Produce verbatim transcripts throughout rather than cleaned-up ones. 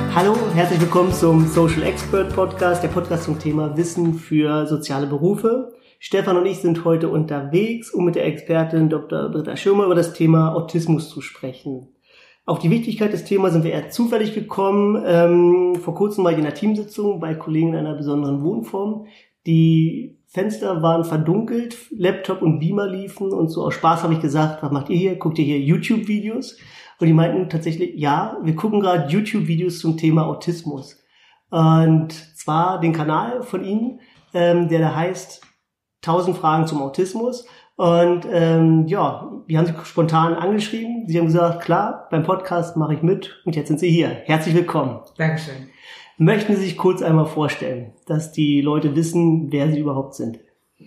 Hallo, herzlich willkommen zum Social Expert Podcast, der Podcast zum Thema Wissen für soziale Berufe. Stefan und ich sind heute unterwegs, um mit der Expertin Doktor Britta Schirmer über das Thema Autismus zu sprechen. Auf die Wichtigkeit des Themas sind wir eher zufällig gekommen. Ähm, vor kurzem war ich in einer Teamsitzung bei Kollegen in einer besonderen Wohnform. Die Fenster waren verdunkelt, Laptop und Beamer liefen und so aus Spaß habe ich gesagt, was macht ihr hier? Guckt ihr hier YouTube-Videos? Und die meinten tatsächlich, ja, wir gucken gerade YouTube-Videos zum Thema Autismus. Und zwar den Kanal von Ihnen, ähm, der da heißt tausend Fragen zum Autismus. Und ähm, ja, wir haben Sie spontan angeschrieben. Sie haben gesagt, klar, beim Podcast mache ich mit und jetzt sind Sie hier. Herzlich willkommen. Dankeschön. Möchten Sie sich kurz einmal vorstellen, dass die Leute wissen, wer Sie überhaupt sind?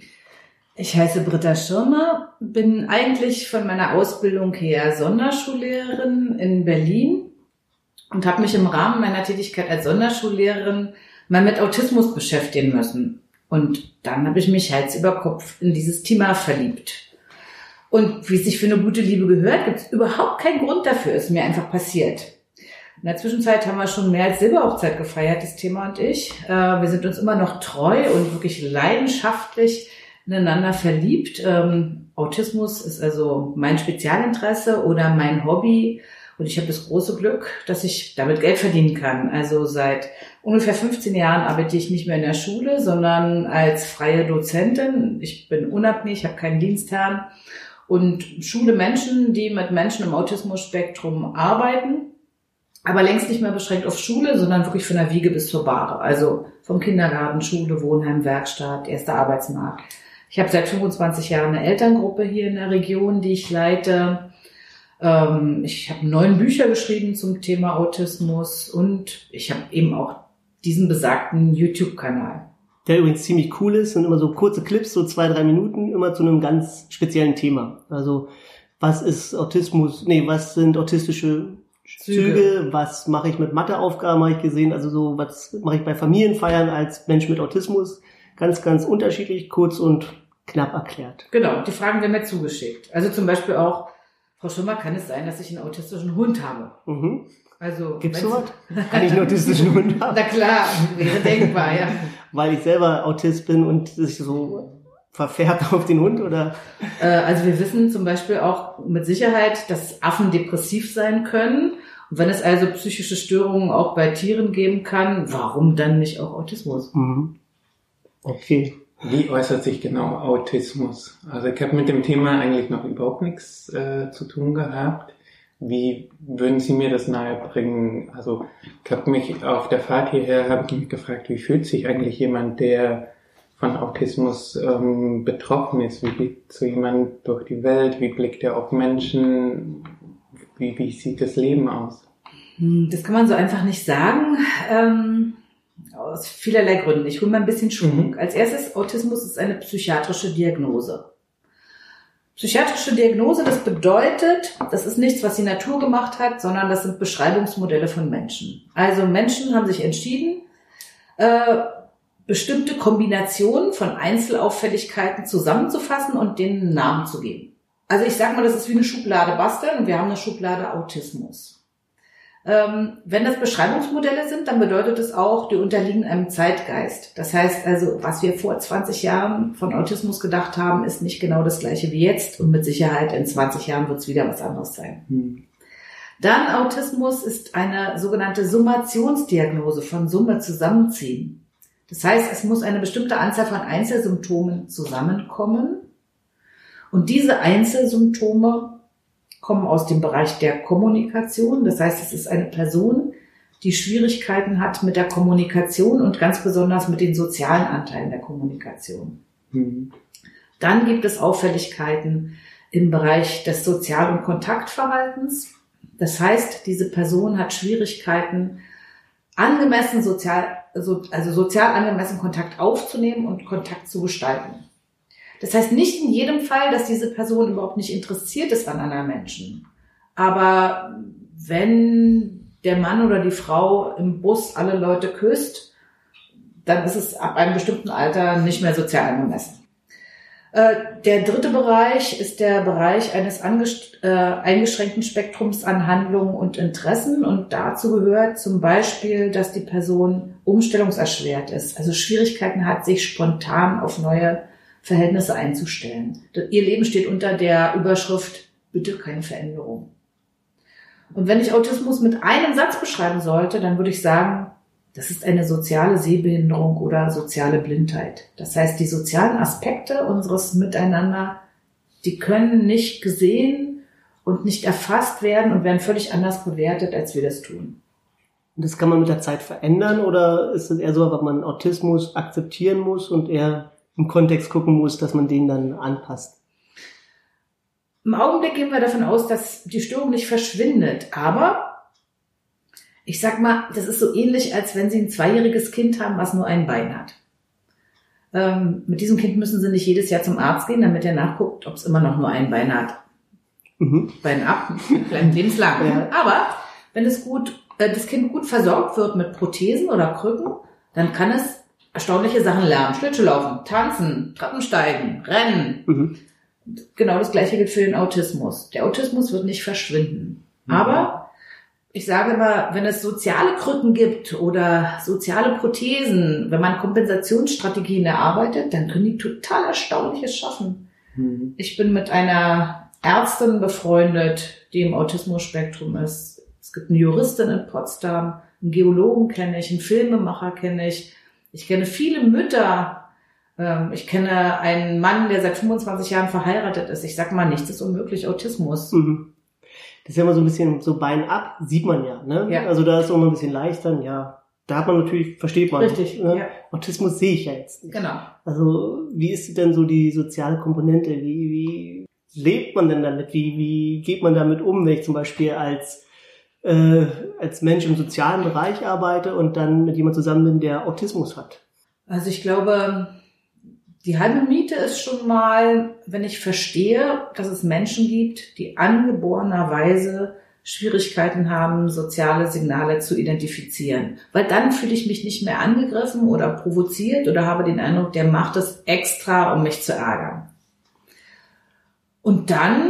Ich heiße Britta Schirmer, bin eigentlich von meiner Ausbildung her Sonderschullehrerin in Berlin und habe mich im Rahmen meiner Tätigkeit als Sonderschullehrerin mal mit Autismus beschäftigen müssen. Und dann habe ich mich Hals über Kopf in dieses Thema verliebt. Und wie es sich für eine gute Liebe gehört, gibt es überhaupt keinen Grund dafür, ist mir einfach passiert. In der Zwischenzeit haben wir schon mehr als Silberhochzeit gefeiert, das Thema und ich. Wir sind uns immer noch treu und wirklich leidenschaftlich ineinander verliebt. Ähm, Autismus ist also mein Spezialinteresse oder mein Hobby und ich habe das große Glück, dass ich damit Geld verdienen kann. Also seit ungefähr fünfzehn Jahren arbeite ich nicht mehr in der Schule, sondern als freie Dozentin. Ich bin unabhängig, habe keinen Dienstherrn und schule Menschen, die mit Menschen im Autismus-Spektrum arbeiten, aber längst nicht mehr beschränkt auf Schule, sondern wirklich von der Wiege bis zur Bahre. Also vom Kindergarten, Schule, Wohnheim, Werkstatt, erster Arbeitsmarkt. Ich habe seit fünfundzwanzig Jahren eine Elterngruppe hier in der Region, die ich leite. Ähm, ich habe neun Bücher geschrieben zum Thema Autismus und ich habe eben auch diesen besagten YouTube-Kanal. Der übrigens ziemlich cool ist, sind immer so kurze Clips, so zwei, drei Minuten, immer zu einem ganz speziellen Thema. Also was ist Autismus, nee, was sind autistische Züge, Züge was mache ich mit Matheaufgaben, habe ich gesehen, also so, was mache ich bei Familienfeiern als Mensch mit Autismus. Ganz, ganz unterschiedlich, kurz und knapp erklärt. Genau, die Fragen werden mir zugeschickt. Also zum Beispiel auch, Frau Schirmer, kann es sein, dass ich einen autistischen Hund habe? Mhm. Also, gibt's sowas? Kann ich einen autistischen Hund haben? Na klar, wäre denkbar, ja. Weil ich selber Autist bin und sich so verfärbt auf den Hund, oder? Äh, also wir wissen zum Beispiel auch mit Sicherheit, dass Affen depressiv sein können. Und wenn es also psychische Störungen auch bei Tieren geben kann, warum dann nicht auch Autismus? Mhm. Okay. Wie äußert sich genau Autismus? Also ich habe mit dem Thema eigentlich noch überhaupt nichts äh, zu tun gehabt. Wie würden Sie mir das nahebringen? Also ich habe mich auf der Fahrt hierher habe ich mich gefragt, wie fühlt sich eigentlich jemand, der von Autismus ähm, betroffen ist? Wie blickt so jemand durch die Welt? Wie blickt er auf Menschen? Wie, wie sieht das Leben aus? Das kann man so einfach nicht sagen. Ähm Aus vielerlei Gründen. Ich hole mal ein bisschen Schwung. Mhm. Als erstes, Autismus ist eine psychiatrische Diagnose. Psychiatrische Diagnose, das bedeutet, das ist nichts, was die Natur gemacht hat, sondern das sind Beschreibungsmodelle von Menschen. Also Menschen haben sich entschieden, äh, bestimmte Kombinationen von Einzelauffälligkeiten zusammenzufassen und denen einen Namen zu geben. Also ich sag mal, das ist wie eine Schublade basteln und wir haben eine Schublade Autismus. Ähm, wenn das Beschreibungsmodelle sind, dann bedeutet es auch, die unterliegen einem Zeitgeist. Das heißt also, was wir vor zwanzig Jahren von Autismus gedacht haben, ist nicht genau das gleiche wie jetzt und mit Sicherheit in zwanzig Jahren wird es wieder was anderes sein. Hm. Dann Autismus ist eine sogenannte Summationsdiagnose, von Summe zusammenziehen. Das heißt, es muss eine bestimmte Anzahl von Einzelsymptomen zusammenkommen und diese Einzelsymptome kommen aus dem Bereich der Kommunikation. Das heißt, es ist eine Person, die Schwierigkeiten hat mit der Kommunikation und ganz besonders mit den sozialen Anteilen der Kommunikation. Mhm. Dann gibt es Auffälligkeiten im Bereich des Sozial- und Kontaktverhaltens. Das heißt, diese Person hat Schwierigkeiten, angemessen sozial, also sozial angemessen Kontakt aufzunehmen und Kontakt zu gestalten. Das heißt nicht in jedem Fall, dass diese Person überhaupt nicht interessiert ist an anderen Menschen. Aber wenn der Mann oder die Frau im Bus alle Leute küsst, dann ist es ab einem bestimmten Alter nicht mehr sozial angemessen. Der dritte Bereich ist der Bereich eines angest- äh, eingeschränkten Spektrums an Handlungen und Interessen. Und dazu gehört zum Beispiel, dass die Person umstellungserschwert ist, also Schwierigkeiten hat, sich spontan auf neue Verhältnisse einzustellen. Ihr Leben steht unter der Überschrift, bitte keine Veränderung. Und wenn ich Autismus mit einem Satz beschreiben sollte, dann würde ich sagen, das ist eine soziale Sehbehinderung oder soziale Blindheit. Das heißt, die sozialen Aspekte unseres Miteinander, die können nicht gesehen und nicht erfasst werden und werden völlig anders bewertet, als wir das tun. Und das kann man mit der Zeit verändern oder ist es eher so, dass man Autismus akzeptieren muss und eher im Kontext gucken muss, dass man den dann anpasst? Im Augenblick gehen wir davon aus, dass die Störung nicht verschwindet, aber ich sag mal, das ist so ähnlich, als wenn Sie ein zweijähriges Kind haben, was nur ein Bein hat. Ähm, mit diesem Kind müssen Sie nicht jedes Jahr zum Arzt gehen, damit er nachguckt, ob es immer noch nur ein Bein hat. Mhm. Bein ab, bleibt lebenslang. Ja. Aber wenn es gut, äh, das Kind gut versorgt wird mit Prothesen oder Krücken, dann kann es erstaunliche Sachen lernen. Schlittschuhlaufen, tanzen, Treppensteigen, rennen. Mhm. Genau das Gleiche gilt für den Autismus. Der Autismus wird nicht verschwinden. Mhm. Aber ich sage mal, wenn es soziale Krücken gibt oder soziale Prothesen, wenn man Kompensationsstrategien erarbeitet, dann können die total Erstaunliches schaffen. Mhm. Ich bin mit einer Ärztin befreundet, die im Autismus-Spektrum ist. Es gibt eine Juristin in Potsdam, einen Geologen kenne ich, einen Filmemacher kenne ich. Ich kenne viele Mütter. Ich kenne einen Mann, der seit fünfundzwanzig Jahren verheiratet ist. Ich sage mal, nichts ist unmöglich, Autismus. Mhm. Das ist ja immer so ein bisschen so Bein ab, sieht man ja, ne? Ja. Also da ist es auch immer ein bisschen leichter, ja. Da hat man natürlich, versteht man. Richtig, ne? ja. Autismus sehe ich ja jetzt nicht. Genau. Also wie ist denn so die soziale Komponente? Wie, wie lebt man denn damit? Wie, wie geht man damit um, wenn ich zum Beispiel als äh, als Mensch im sozialen Bereich arbeite und dann mit jemandem zusammen bin, der Autismus hat? Also ich glaube, die halbe Miete ist schon mal, wenn ich verstehe, dass es Menschen gibt, die angeborenerweise Schwierigkeiten haben, soziale Signale zu identifizieren. Weil dann fühle ich mich nicht mehr angegriffen oder provoziert oder habe den Eindruck, der macht es extra, um mich zu ärgern. Und dann,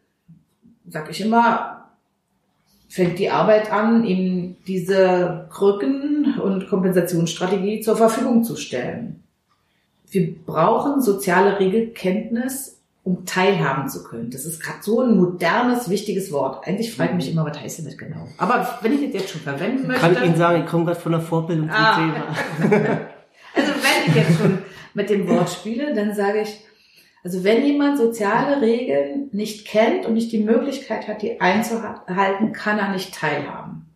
sag ich immer, fängt die Arbeit an, ihm diese Krücken und Kompensationsstrategie zur Verfügung zu stellen. Wir brauchen soziale Regelkenntnis, um teilhaben zu können. Das ist gerade so ein modernes, wichtiges Wort. Eigentlich frage ich mich immer, was heißt denn das genau? Aber wenn ich das jetzt schon verwenden möchte... Kann ich Ihnen sagen, ich komme gerade von der Fortbildung zum ah. Thema. Also wenn ich jetzt schon mit dem Wort spiele, dann sage ich, also wenn jemand soziale Regeln nicht kennt und nicht die Möglichkeit hat, die einzuhalten, kann er nicht teilhaben.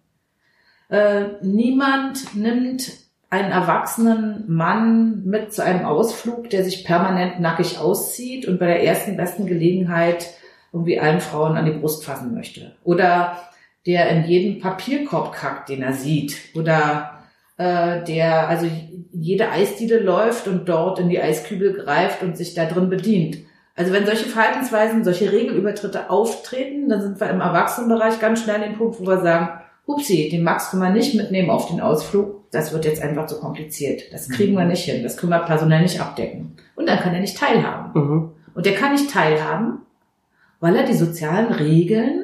Äh, niemand nimmt einen erwachsenen Mann mit zu einem Ausflug, der sich permanent nackig auszieht und bei der ersten besten Gelegenheit irgendwie allen Frauen an die Brust fassen möchte. Oder der in jeden Papierkorb kackt, den er sieht. Oder äh, der also jede Eisdiele läuft und dort in die Eiskübel greift und sich da drin bedient. Also wenn solche Verhaltensweisen, solche Regelübertritte auftreten, dann sind wir im Erwachsenenbereich ganz schnell an dem Punkt, wo wir sagen, Hupsi, den Max können wir nicht mitnehmen auf den Ausflug. Das wird jetzt einfach zu kompliziert. Das kriegen wir nicht hin. Das können wir personell nicht abdecken. Und dann kann er nicht teilhaben. Mhm. Und er kann nicht teilhaben, weil er die sozialen Regeln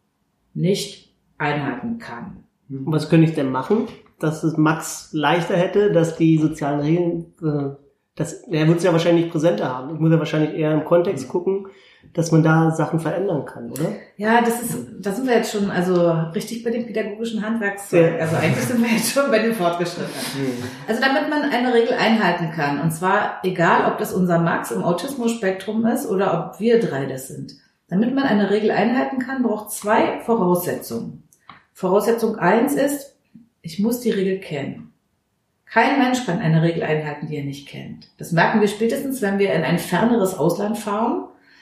nicht einhalten kann. Und was könnte ich denn machen, dass es Max leichter hätte, dass die sozialen Regeln, äh, das, er wird es ja wahrscheinlich präsenter haben. Ich muss ja wahrscheinlich eher im Kontext gucken, dass man da Sachen verändern kann, oder? Ja, das ist, da sind wir jetzt schon, also richtig bei dem pädagogischen Handwerkszeug. Ja. Also eigentlich sind wir jetzt schon bei den Fortgeschrittenen. Mhm. Also damit man eine Regel einhalten kann, und zwar egal, ob das unser Max im Autismus-Spektrum ist oder ob wir drei das sind. Damit man eine Regel einhalten kann, braucht zwei Voraussetzungen. Voraussetzung eins ist, ich muss die Regel kennen. Kein Mensch kann eine Regel einhalten, die er nicht kennt. Das merken wir spätestens, wenn wir in ein ferneres Ausland fahren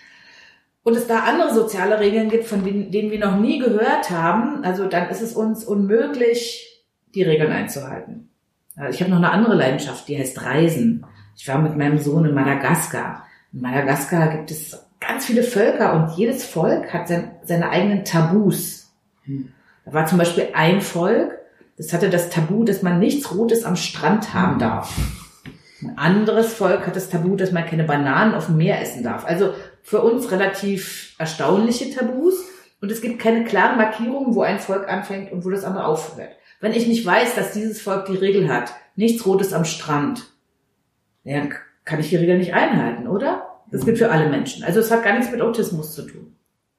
und es da andere soziale Regeln gibt, von denen wir noch nie gehört haben. Also dann ist es uns unmöglich, die Regeln einzuhalten. Also ich habe noch eine andere Leidenschaft, die heißt Reisen. Ich war mit meinem Sohn in Madagaskar. In Madagaskar gibt es ganz viele Völker und jedes Volk hat sein, seine eigenen Tabus. Hm. Da war zum Beispiel ein Volk, das hatte das Tabu, dass man nichts Rotes am Strand haben darf. Ein anderes Volk hat das Tabu, dass man keine Bananen auf dem Meer essen darf. Also für uns relativ erstaunliche Tabus. Und es gibt keine klaren Markierungen, wo ein Volk anfängt und wo das andere aufhört. Wenn ich nicht weiß, dass dieses Volk die Regel hat, nichts Rotes am Strand, dann kann ich die Regel nicht einhalten, oder? Das gilt für alle Menschen. Also es hat gar nichts mit Autismus zu tun.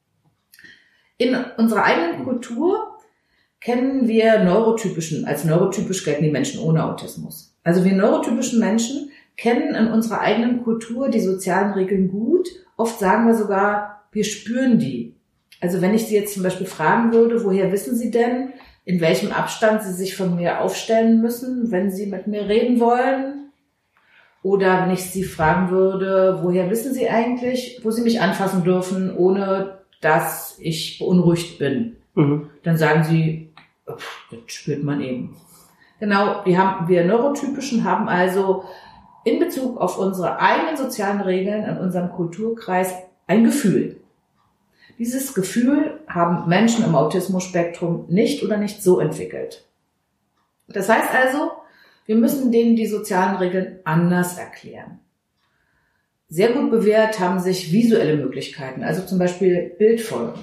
In unserer eigenen Kultur kennen wir neurotypischen, als neurotypisch gelten die Menschen ohne Autismus. Also wir neurotypischen Menschen kennen in unserer eigenen Kultur die sozialen Regeln gut. Oft sagen wir sogar, wir spüren die. Also wenn ich Sie jetzt zum Beispiel fragen würde, woher wissen Sie denn, in welchem Abstand Sie sich von mir aufstellen müssen, wenn Sie mit mir reden wollen? Oder wenn ich Sie fragen würde, woher wissen Sie eigentlich, wo Sie mich anfassen dürfen, ohne dass ich beunruhigt bin? Mhm. Dann sagen Sie, das spürt man eben. Genau, wir haben, wir Neurotypischen haben also in Bezug auf unsere eigenen sozialen Regeln in unserem Kulturkreis ein Gefühl. Dieses Gefühl haben Menschen im Autismus-Spektrum nicht oder nicht so entwickelt. Das heißt also, wir müssen denen die sozialen Regeln anders erklären. Sehr gut bewährt haben sich visuelle Möglichkeiten, also zum Beispiel Bildfolgen.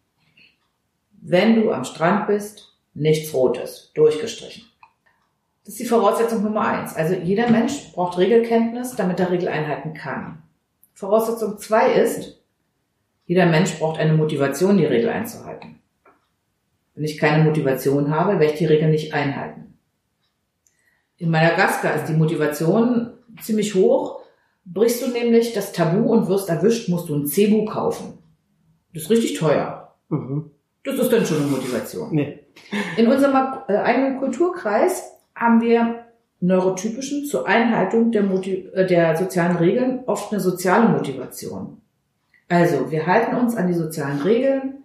Wenn du am Strand bist, nichts Rotes, durchgestrichen. Das ist die Voraussetzung Nummer eins. Also jeder Mensch braucht Regelkenntnis, damit er Regeln einhalten kann. Voraussetzung zwei ist, jeder Mensch braucht eine Motivation, die Regel einzuhalten. Wenn ich keine Motivation habe, werde ich die Regel nicht einhalten. In Madagaskar ist die Motivation ziemlich hoch. Brichst du nämlich das Tabu und wirst erwischt, musst du ein Cebu kaufen. Das ist richtig teuer. Mhm. Das ist dann schon eine Motivation. Nee. In unserem äh, eigenen Kulturkreis haben wir Neurotypischen zur Einhaltung der, Motiv- äh, der sozialen Regeln oft eine soziale Motivation. Also, wir halten uns an die sozialen Regeln,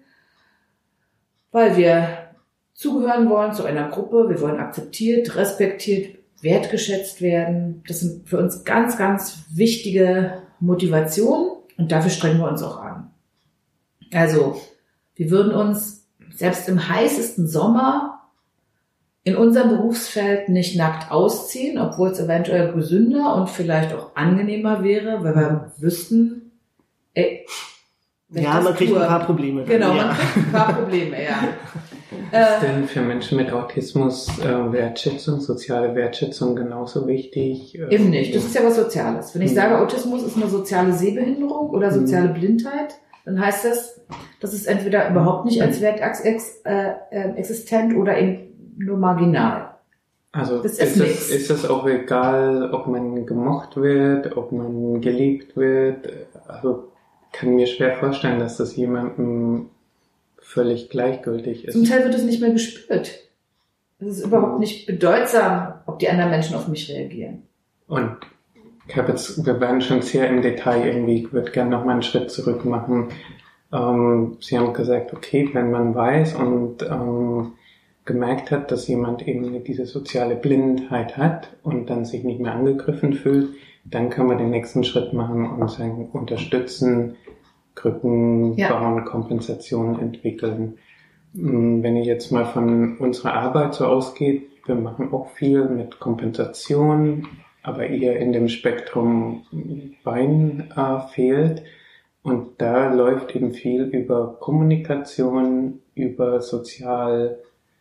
weil wir zugehören wollen zu einer Gruppe, wir wollen akzeptiert, respektiert, wertgeschätzt werden. Das sind für uns ganz, ganz wichtige Motivationen und dafür strengen wir uns auch an. Also, wir würden uns selbst im heißesten Sommer in unserem Berufsfeld nicht nackt ausziehen, obwohl es eventuell gesünder und vielleicht auch angenehmer wäre, weil wir wüssten, ey, ja, man kriegt tue, ein paar Probleme. Dann. Genau, ja. man kriegt ein paar Probleme, ja. Ist denn für Menschen mit Autismus äh, Wertschätzung, soziale Wertschätzung genauso wichtig? Äh, Eben nicht, das ist ja was Soziales. Wenn ich sage, Autismus ist eine soziale Sehbehinderung oder soziale Blindheit, dann heißt das, das ist entweder überhaupt nicht als Wert ex, äh, existent oder eben nur marginal. Also das ist, ist, das, ist das auch egal, ob man gemocht wird, ob man geliebt wird? Also kann mir schwer vorstellen, dass das jemandem völlig gleichgültig ist. Zum Teil wird es nicht mehr gespürt. Es ist überhaupt nicht bedeutsam, ob die anderen Menschen auf mich reagieren. Und ich habe jetzt, wir waren schon sehr im Detail irgendwie, ich würde gerne noch mal einen Schritt zurück machen. Ähm, Sie haben gesagt, okay, wenn man weiß und ähm, gemerkt hat, dass jemand eben diese soziale Blindheit hat und dann sich nicht mehr angegriffen fühlt, dann können wir den nächsten Schritt machen und sagen, unterstützen, Krücken ja. bauen, Kompensationen entwickeln. Wenn ich jetzt mal von unserer Arbeit so ausgehe, wir machen auch viel mit Kompensation, aber eher in dem Spektrum Bein äh, fehlt. Und da läuft eben viel über Kommunikation, über Sozialverhalten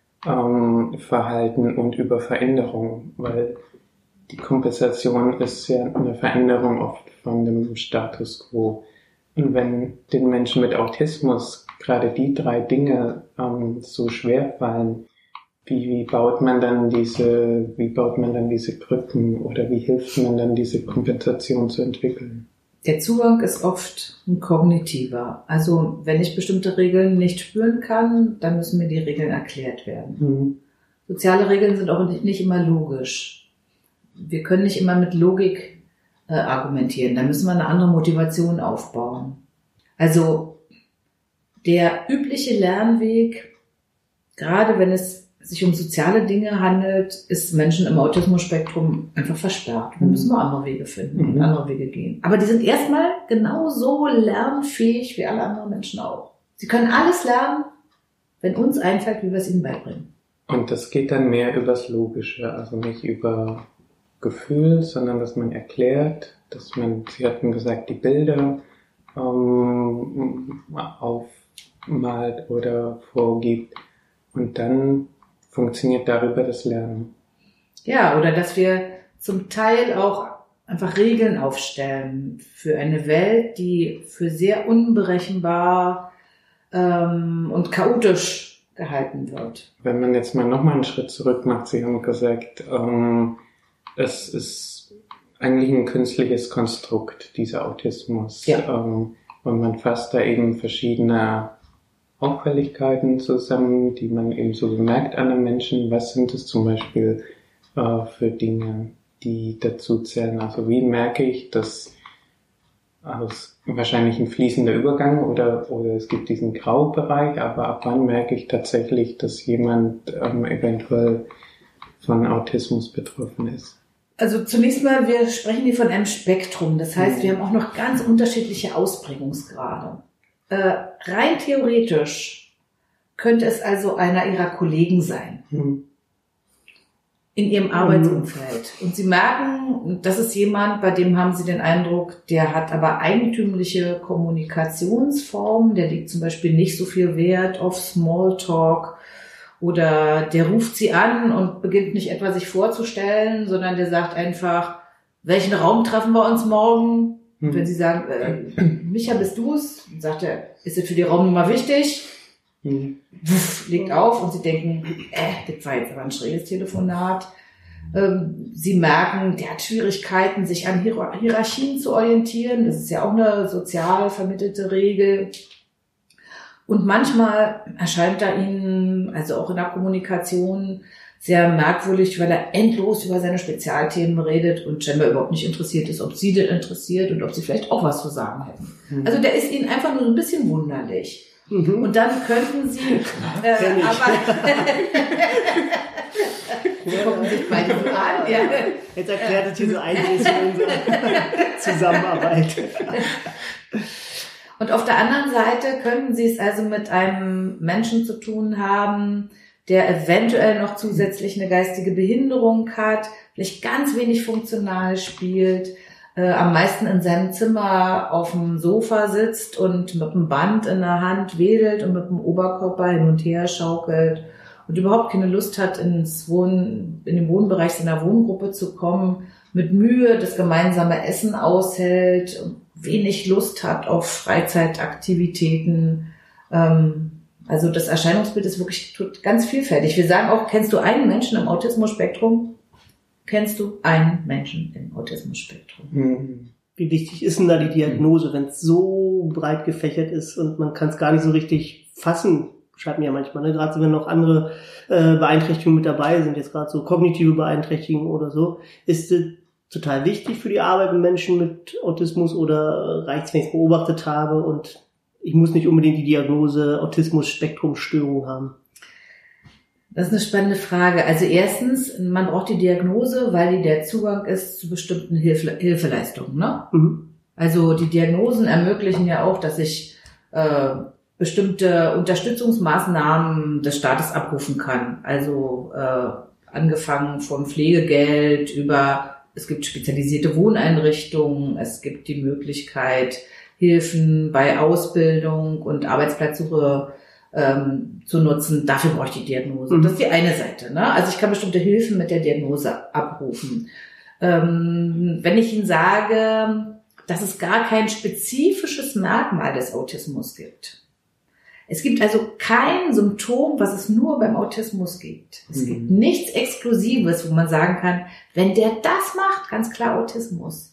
ähm, und über Veränderung, weil die Kompensation ist ja eine Veränderung oft von dem Status quo. Und wenn den Menschen mit Autismus gerade die drei Dinge ähm, so schwer fallen, wie, wie baut man dann diese, wie baut man dann diese Krücken oder wie hilft man dann diese Kompensation zu entwickeln? Der Zugang ist oft ein kognitiver. Also wenn ich bestimmte Regeln nicht spüren kann, dann müssen mir die Regeln erklärt werden. Mhm. Soziale Regeln sind auch nicht immer logisch. Wir können nicht immer mit Logik äh, argumentieren. Da müssen wir eine andere Motivation aufbauen. Also der übliche Lernweg, gerade wenn es sich um soziale Dinge handelt, ist Menschen im Autismus-Spektrum einfach versperrt. Wir müssen nur andere Wege finden und mhm. andere Wege gehen. Aber die sind erstmal genauso lernfähig wie alle anderen Menschen auch. Sie können alles lernen, wenn uns einfällt, wie wir es ihnen beibringen. Und das geht dann mehr übers Logische, also nicht über Gefühl, sondern dass man erklärt, dass man, Sie hatten gesagt, die Bilder ähm, aufmalt oder vorgibt und dann funktioniert darüber das Lernen. Ja, oder dass wir zum Teil auch einfach Regeln aufstellen für eine Welt, die für sehr unberechenbar ähm, und chaotisch gehalten wird. Wenn man jetzt mal nochmal einen Schritt zurück macht, Sie haben gesagt, ähm, es ist eigentlich ein künstliches Konstrukt, dieser Autismus. Ja. Ähm, und man fasst da eben verschiedene Auffälligkeiten zusammen, die man eben so bemerkt an einem Menschen. Was sind es zum Beispiel äh, für Dinge, die dazu zählen? Also wie merke ich, dass also wahrscheinlich ein fließender Übergang oder, oder es gibt diesen Graubereich, aber ab wann merke ich tatsächlich, dass jemand ähm, eventuell von Autismus betroffen ist? Also zunächst mal, wir sprechen hier von einem Spektrum. Das heißt, Mhm. wir haben auch noch ganz unterschiedliche Ausprägungsgrade. Äh, rein theoretisch könnte es also einer Ihrer Kollegen sein. Mhm. In Ihrem Arbeitsumfeld. Und Sie merken, das ist jemand, bei dem haben Sie den Eindruck, der hat aber eigentümliche Kommunikationsformen, der legt zum Beispiel nicht so viel Wert auf Smalltalk oder der ruft Sie an und beginnt nicht etwa sich vorzustellen, sondern der sagt einfach, welchen Raum treffen wir uns morgen? Und wenn Sie sagen, äh, Micha, bist du's? Dann sagt er, ist das für die Raumnummer wichtig? Mhm. Wuff, legt auf und Sie denken, äh, das war jetzt aber ein schräges Telefonat. Ähm, Sie merken, der hat Schwierigkeiten, sich an Hier- Hierarchien zu orientieren. Das ist ja auch eine sozial vermittelte Regel. Und manchmal erscheint er Ihnen, also auch in der Kommunikation, sehr merkwürdig, weil er endlos über seine Spezialthemen redet und scheinbar überhaupt nicht interessiert ist, ob Sie denn interessiert und ob Sie vielleicht auch was zu sagen hätten. Mhm. Also der ist Ihnen einfach nur so ein bisschen wunderlich. Mhm. Und dann könnten Sie, äh, Kenn ich. aber Sie gucken sich beide so an, ja. Jetzt erklärt es hier so einiges in unserer Zusammenarbeit. Und auf der anderen Seite könnten Sie es also mit einem Menschen zu tun haben, der eventuell noch zusätzlich eine geistige Behinderung hat, vielleicht ganz wenig funktional spielt, äh, am meisten in seinem Zimmer auf dem Sofa sitzt und mit einem Band in der Hand wedelt und mit dem Oberkörper hin und her schaukelt und überhaupt keine Lust hat, ins Wohn, in den Wohnbereich seiner Wohngruppe zu kommen, mit Mühe das gemeinsame Essen aushält, wenig Lust hat auf Freizeitaktivitäten. Ähm, also das Erscheinungsbild ist wirklich ganz vielfältig. Wir sagen auch, kennst du einen Menschen im Autismus-Spektrum? Kennst du einen Menschen im Autismus-Spektrum? Mhm. Wie wichtig ist denn da die Diagnose, wenn es so breit gefächert ist und man kann es gar nicht so richtig fassen, schreibt mir ja manchmal, ne? Gerade so, wenn noch andere äh, Beeinträchtigungen mit dabei sind, jetzt gerade so kognitive Beeinträchtigungen oder so, ist es total wichtig für die Arbeit mit Menschen mit Autismus oder reicht es, wenn ich es beobachtet habe und ich muss nicht unbedingt die Diagnose Autismus-Spektrum-Störung haben? Das ist eine spannende Frage. Also erstens, man braucht die Diagnose, weil die der Zugang ist zu bestimmten Hilfe, Hilfeleistungen. Ne? Mhm. Also die Diagnosen ermöglichen ja auch, dass ich äh, bestimmte Unterstützungsmaßnahmen des Staates abrufen kann. Also äh, angefangen vom Pflegegeld über, es gibt spezialisierte Wohneinrichtungen, es gibt die Möglichkeit, Hilfen bei Ausbildung und Arbeitsplatzsuche ähm, zu nutzen. Dafür brauche ich die Diagnose. Mhm. Das ist die eine Seite. Ne? Also ich kann bestimmte Hilfen mit der Diagnose abrufen. Ähm, wenn ich Ihnen sage, dass es gar kein spezifisches Merkmal des Autismus gibt. Es gibt also kein Symptom, was es nur beim Autismus gibt. Es Mhm. gibt nichts Exklusives, wo man sagen kann, wenn der das macht, ganz klar Autismus.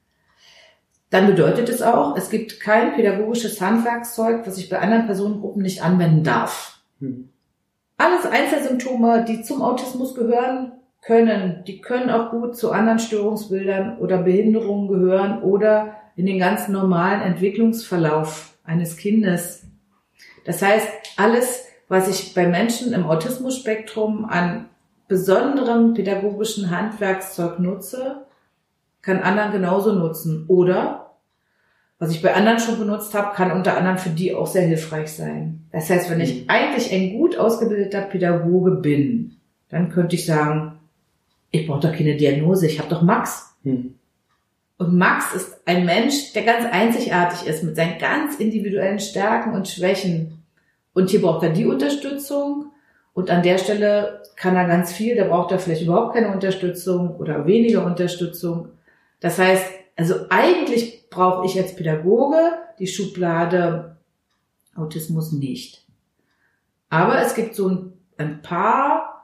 Dann bedeutet es auch, es gibt kein pädagogisches Handwerkszeug, was ich bei anderen Personengruppen nicht anwenden darf. Mhm. Alles Einzelsymptome, die zum Autismus gehören können, die können auch gut zu anderen Störungsbildern oder Behinderungen gehören oder in den ganz normalen Entwicklungsverlauf eines Kindes. Das heißt, alles, was ich bei Menschen im Autismus-Spektrum an besonderem pädagogischen Handwerkszeug nutze, kann anderen genauso nutzen. Oder, was ich bei anderen schon benutzt habe, kann unter anderem für die auch sehr hilfreich sein. Das heißt, wenn ich eigentlich ein gut ausgebildeter Pädagoge bin, dann könnte ich sagen, ich brauche doch keine Diagnose, ich habe doch Max. Hm. Und Max ist ein Mensch, der ganz einzigartig ist, mit seinen ganz individuellen Stärken und Schwächen. Und hier braucht er die Unterstützung. Und an der Stelle kann er ganz viel, da braucht er vielleicht überhaupt keine Unterstützung oder weniger Unterstützung. Das heißt, also eigentlich brauche ich als Pädagoge die Schublade Autismus nicht. Aber es gibt so ein, ein paar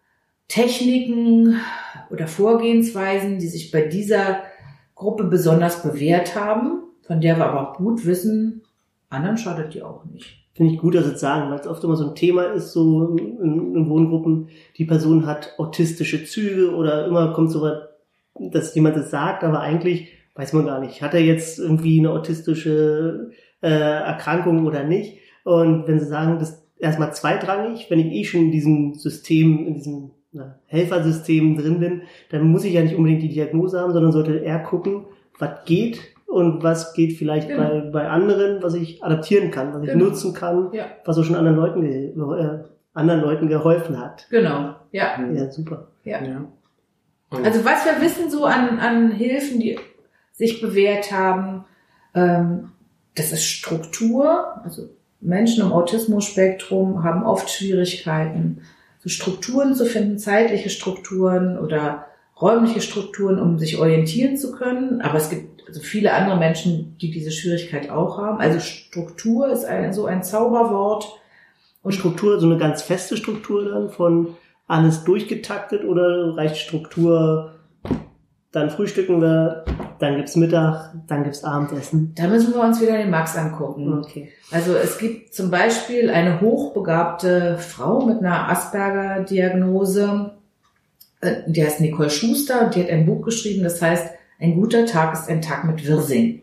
Techniken oder Vorgehensweisen, die sich bei dieser Gruppe besonders bewährt haben, von der wir aber auch gut wissen, anderen schadet die auch nicht. Finde ich gut, dass Sie es sagen, weil es oft immer so ein Thema ist, so in, in Wohngruppen, die Person hat autistische Züge oder immer kommt so was, dass jemand das sagt, aber eigentlich weiß man gar nicht, hat er jetzt irgendwie eine autistische äh, Erkrankung oder nicht? Und wenn Sie sagen, das ist erstmal zweitrangig, wenn ich eh schon in diesem System, in diesem na, Helfersystem drin bin, dann muss ich ja nicht unbedingt die Diagnose haben, sondern sollte eher gucken, was geht und was geht vielleicht genau. bei, bei anderen, was ich adaptieren kann, was ich genau. nutzen kann, ja. was auch schon anderen Leuten, ge- äh, anderen Leuten geholfen hat. Genau, ja. Ja, super. Ja. ja. Also was wir wissen so an, an Hilfen, die sich bewährt haben, ähm, das ist Struktur. Also Menschen im Autismus-Spektrum haben oft Schwierigkeiten, so Strukturen zu finden, zeitliche Strukturen oder räumliche Strukturen, um sich orientieren zu können. Aber es gibt also viele andere Menschen, die diese Schwierigkeit auch haben. Also Struktur ist ein, so ein Zauberwort. Und Struktur, so eine ganz feste Struktur dann von alles durchgetaktet oder reicht Struktur, dann frühstücken wir, dann gibt's Mittag, dann gibt's Abendessen? Da müssen wir uns wieder den Max angucken. Okay. Also es gibt zum Beispiel eine hochbegabte Frau mit einer Asperger-Diagnose, die heißt Nicole Schuster und die hat ein Buch geschrieben, das heißt, ein guter Tag ist ein Tag mit Wirsing.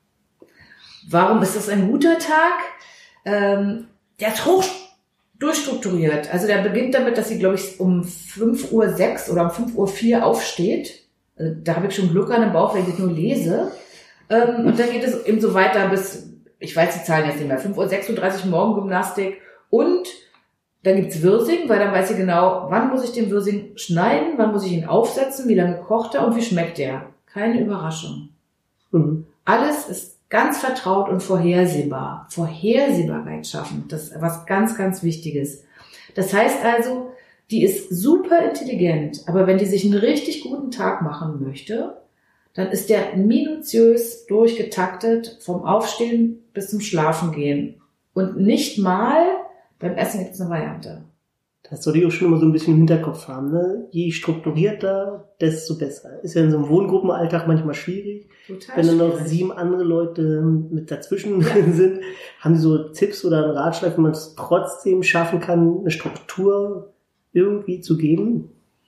Warum ist das ein guter Tag? Ähm, der ist hoch durchstrukturiert. Also der beginnt damit, dass sie, glaube ich, um fünf Uhr sechs oder um fünf Uhr vier aufsteht. Also da habe ich schon Glück an dem Bauch, wenn ich das nur lese. Ähm, und dann geht es eben so weiter bis, ich weiß die Zahlen jetzt nicht mehr, fünf Uhr sechsunddreißig Morgengymnastik und dann gibt's Wirsing, weil dann weiß sie genau, wann muss ich den Wirsing schneiden, wann muss ich ihn aufsetzen, wie lange kocht er und wie schmeckt er. Keine Überraschung. Mhm. Alles ist ganz vertraut und vorhersehbar. Vorhersehbarkeit schaffen, das ist was ganz, ganz Wichtiges. Das heißt also, die ist super intelligent, aber wenn die sich einen richtig guten Tag machen möchte, dann ist der minutiös durchgetaktet vom Aufstehen bis zum Schlafengehen. Und nicht mal beim Essen gibt es eine Variante. Das sollte ich auch schon immer so ein bisschen im Hinterkopf haben, ne? Je strukturierter, desto besser. Ist ja in so einem Wohngruppenalltag manchmal schwierig. Total Wenn dann noch schwierig. sieben andere Leute mit dazwischen ja. sind, haben Sie so Tipps oder einen Ratschlag, wie man es trotzdem schaffen kann, eine Struktur irgendwie zu geben?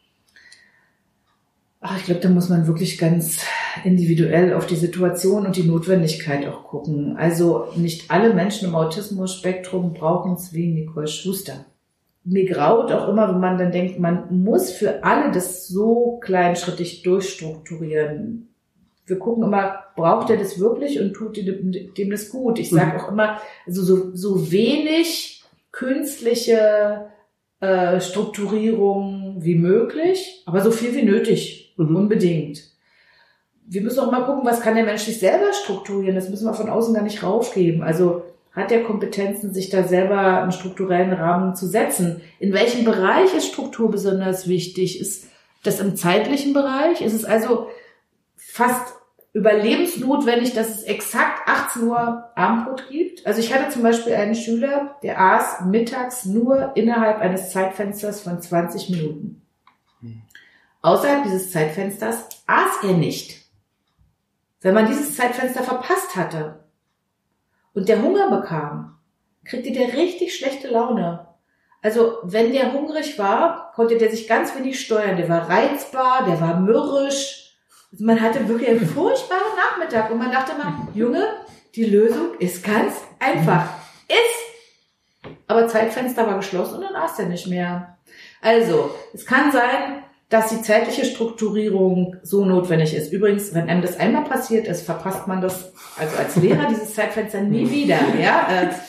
Ach, ich glaube, da muss man wirklich ganz individuell auf die Situation und die Notwendigkeit auch gucken. Also nicht alle Menschen im Autismus-Spektrum brauchen es wie Nicole Schuster. Mir graut auch immer, wenn man dann denkt, man muss für alle das so kleinschrittig durchstrukturieren. Wir gucken immer, braucht er das wirklich und tut dem, dem das gut? Ich sage auch immer, also so, so wenig künstliche äh, Strukturierung wie möglich, aber so viel wie nötig, mhm. unbedingt. Wir müssen auch mal gucken, was kann der Mensch sich selber strukturieren? Das müssen wir von außen gar nicht raufgeben. Also hat er Kompetenzen, sich da selber einen strukturellen Rahmen zu setzen? In welchem Bereich ist Struktur besonders wichtig? Ist das im zeitlichen Bereich? Ist es also fast überlebensnotwendig, dass es exakt achtzehn Uhr Abendbrot gibt? Also ich hatte zum Beispiel einen Schüler, der aß mittags nur innerhalb eines Zeitfensters von zwanzig Minuten. Hm. Außerhalb dieses Zeitfensters aß er nicht. Wenn man dieses Zeitfenster verpasst hatte und der Hunger bekam, kriegte der richtig schlechte Laune. Also wenn der hungrig war, konnte der sich ganz wenig steuern. Der war reizbar, der war mürrisch. Also man hatte wirklich einen furchtbaren Nachmittag und man dachte mal, Junge, die Lösung ist ganz einfach. Iss! Aber Zeitfenster war geschlossen und dann aß er nicht mehr. Also, es kann sein, dass die zeitliche Strukturierung so notwendig ist. Übrigens, wenn einem das einmal passiert ist, verpasst man das, also als Lehrer, dieses Zeitfenster nie wieder. Ja,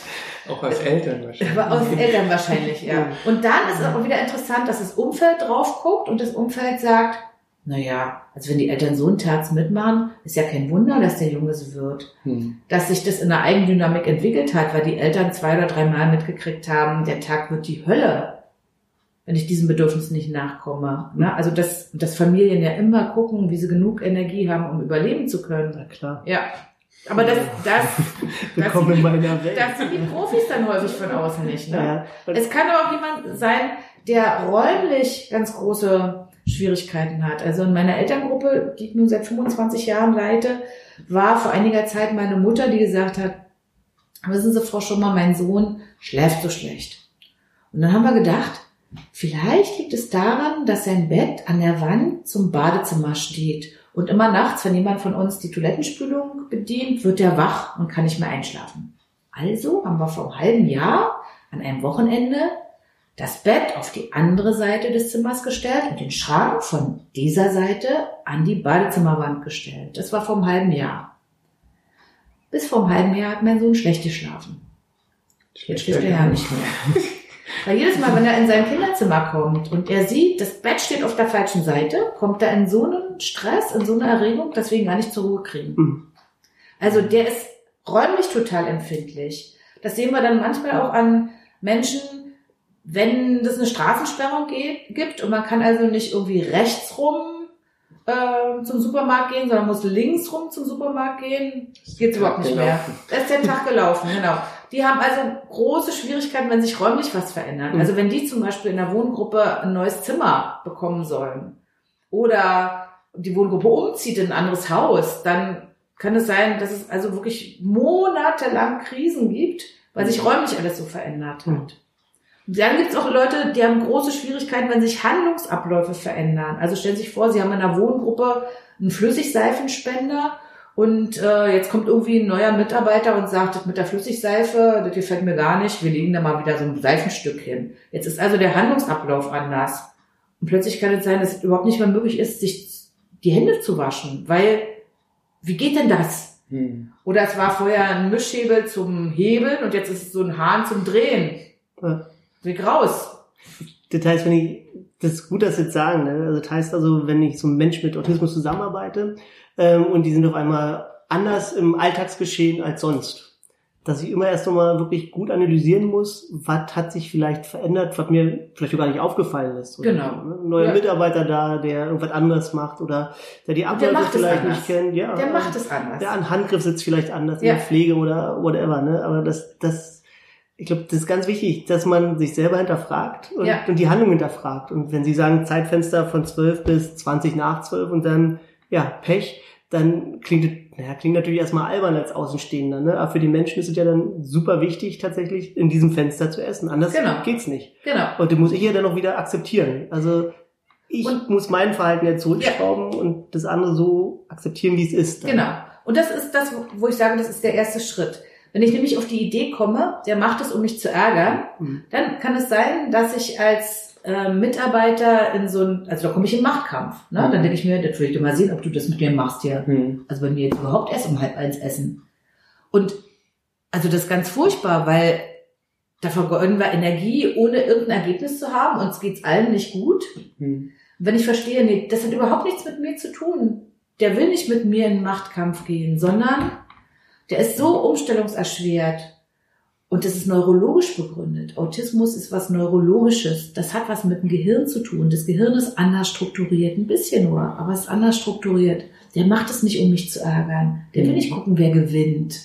Auch aus Eltern wahrscheinlich. Aber aus Eltern wahrscheinlich, ja. Und dann ist es auch wieder interessant, dass das Umfeld drauf guckt und das Umfeld sagt, naja, also wenn die Eltern so einen Terz mitmachen, ist ja kein Wunder, dass der Junge so wird. Hm. Dass sich das in einer Eigendynamik entwickelt hat, weil die Eltern zwei oder dreimal mitgekriegt haben, der Tag wird die Hölle, wenn ich diesem Bedürfnis nicht nachkomme. Hm. Also dass, dass Familien ja immer gucken, wie sie genug Energie haben, um überleben zu können. Na klar. Ja. Aber das, das, das, das, in meiner Welt. das sind die Profis dann häufig von außen nicht. Ne? Ja. Es kann aber auch jemand sein, der räumlich ganz große Schwierigkeiten hat. Also in meiner Elterngruppe, die ich nun seit fünfundzwanzig Jahren leite, war vor einiger Zeit meine Mutter, die gesagt hat, wissen Sie, Frau Schummer, mein Sohn schläft so schlecht. Und dann haben wir gedacht, vielleicht liegt es daran, dass sein Bett an der Wand zum Badezimmer steht. Und immer nachts, wenn jemand von uns die Toilettenspülung bedient, wird er wach und kann nicht mehr einschlafen. Also haben wir vor einem halben Jahr an einem Wochenende das Bett auf die andere Seite des Zimmers gestellt und den Schrank von dieser Seite an die Badezimmerwand gestellt. Das war vor einem halben Jahr. Bis vor einem halben Jahr hat mein Sohn schlecht geschlafen. Jetzt schläft er ja nicht mehr. Weil jedes Mal, wenn er in sein Kinderzimmer kommt und er sieht, das Bett steht auf der falschen Seite, kommt er in so einen Stress, in so eine Erregung, dass wir ihn gar nicht zur Ruhe kriegen. Mhm. Also der ist räumlich total empfindlich. Das sehen wir dann manchmal auch an Menschen, wenn es eine Straßensperrung geht, gibt und man kann also nicht irgendwie rechts rum äh, zum Supermarkt gehen, sondern muss links rum zum Supermarkt gehen, geht's überhaupt nicht mehr. Da ist der Tag gelaufen, genau. Die haben also große Schwierigkeiten, wenn sich räumlich was verändert. Mhm. Also wenn die zum Beispiel in der Wohngruppe ein neues Zimmer bekommen sollen oder die Wohngruppe umzieht in ein anderes Haus, dann kann es sein, dass es also wirklich monatelang Krisen gibt, weil sich räumlich alles so verändert hat. Mhm. Und dann gibt es auch Leute, die haben große Schwierigkeiten, wenn sich Handlungsabläufe verändern. Also stellen Sie sich vor, Sie haben in einer Wohngruppe einen Flüssigseifenspender und äh, jetzt kommt irgendwie ein neuer Mitarbeiter und sagt, das mit der Flüssigseife, das gefällt mir gar nicht, wir legen da mal wieder so ein Seifenstück hin. Jetzt ist also der Handlungsablauf anders. Und plötzlich kann es sein, dass es überhaupt nicht mehr möglich ist, sich die Hände zu waschen, weil, wie geht denn das? Hm. Oder es war vorher ein Mischhebel zum Hebeln und jetzt ist es so ein Hahn zum Drehen. Ja. Weg raus. Das heißt, wenn ich, das ist gut, dass Sie jetzt sagen, ne? Also das heißt also, wenn ich so ein Mensch mit Autismus zusammenarbeite, ähm, und die sind auf einmal anders im Alltagsgeschehen als sonst, dass ich immer erst nochmal wirklich gut analysieren muss, was hat sich vielleicht verändert, was mir vielleicht auch gar nicht aufgefallen ist. Oder genau. So, ne? Ein neuer ja. Mitarbeiter da, der irgendwas anderes macht oder der die Abläufe vielleicht nicht kennt. Ja, der macht es anders. Der an Handgriff sitzt vielleicht anders ja. in der Pflege oder whatever. Ne? Aber das, das ich glaube, das ist ganz wichtig, dass man sich selber hinterfragt und, ja. und die Handlung hinterfragt. Und wenn Sie sagen, Zeitfenster von zwölf bis zwanzig nach zwölf und dann, ja, Pech, dann klingt das, naja, klingt natürlich erstmal albern als Außenstehender, ne? Aber für die Menschen ist es ja dann super wichtig, tatsächlich in diesem Fenster zu essen. Anders genau. geht's nicht. Genau. Und den muss ich ja dann auch wieder akzeptieren. Also, ich und, muss mein Verhalten jetzt zurückschrauben ja. und das andere so akzeptieren, wie es ist. Dann. Genau. Und das ist das, wo ich sage, das ist der erste Schritt. Wenn ich nämlich auf die Idee komme, der macht es, um mich zu ärgern, mhm. dann kann es sein, dass ich als äh, Mitarbeiter in so ein, also da komme ich in Machtkampf. Ne? Mhm. Dann denke ich mir, das will ich dir mal sehen, ob du das mit mir machst hier. Mhm. Also bei mir jetzt überhaupt erst um halb eins essen. Und also das ist ganz furchtbar, weil da vergeuden wir Energie, ohne irgendein Ergebnis zu haben. Uns geht's allen nicht gut. Mhm. Wenn ich verstehe, nee, das hat überhaupt nichts mit mir zu tun. Der will nicht mit mir in den Machtkampf gehen, sondern der ist so umstellungserschwert und das ist neurologisch begründet. Autismus ist was Neurologisches. Das hat was mit dem Gehirn zu tun. Das Gehirn ist anders strukturiert, ein bisschen nur, aber es ist anders strukturiert. Der macht es nicht, um mich zu ärgern. Der will nicht gucken, wer gewinnt.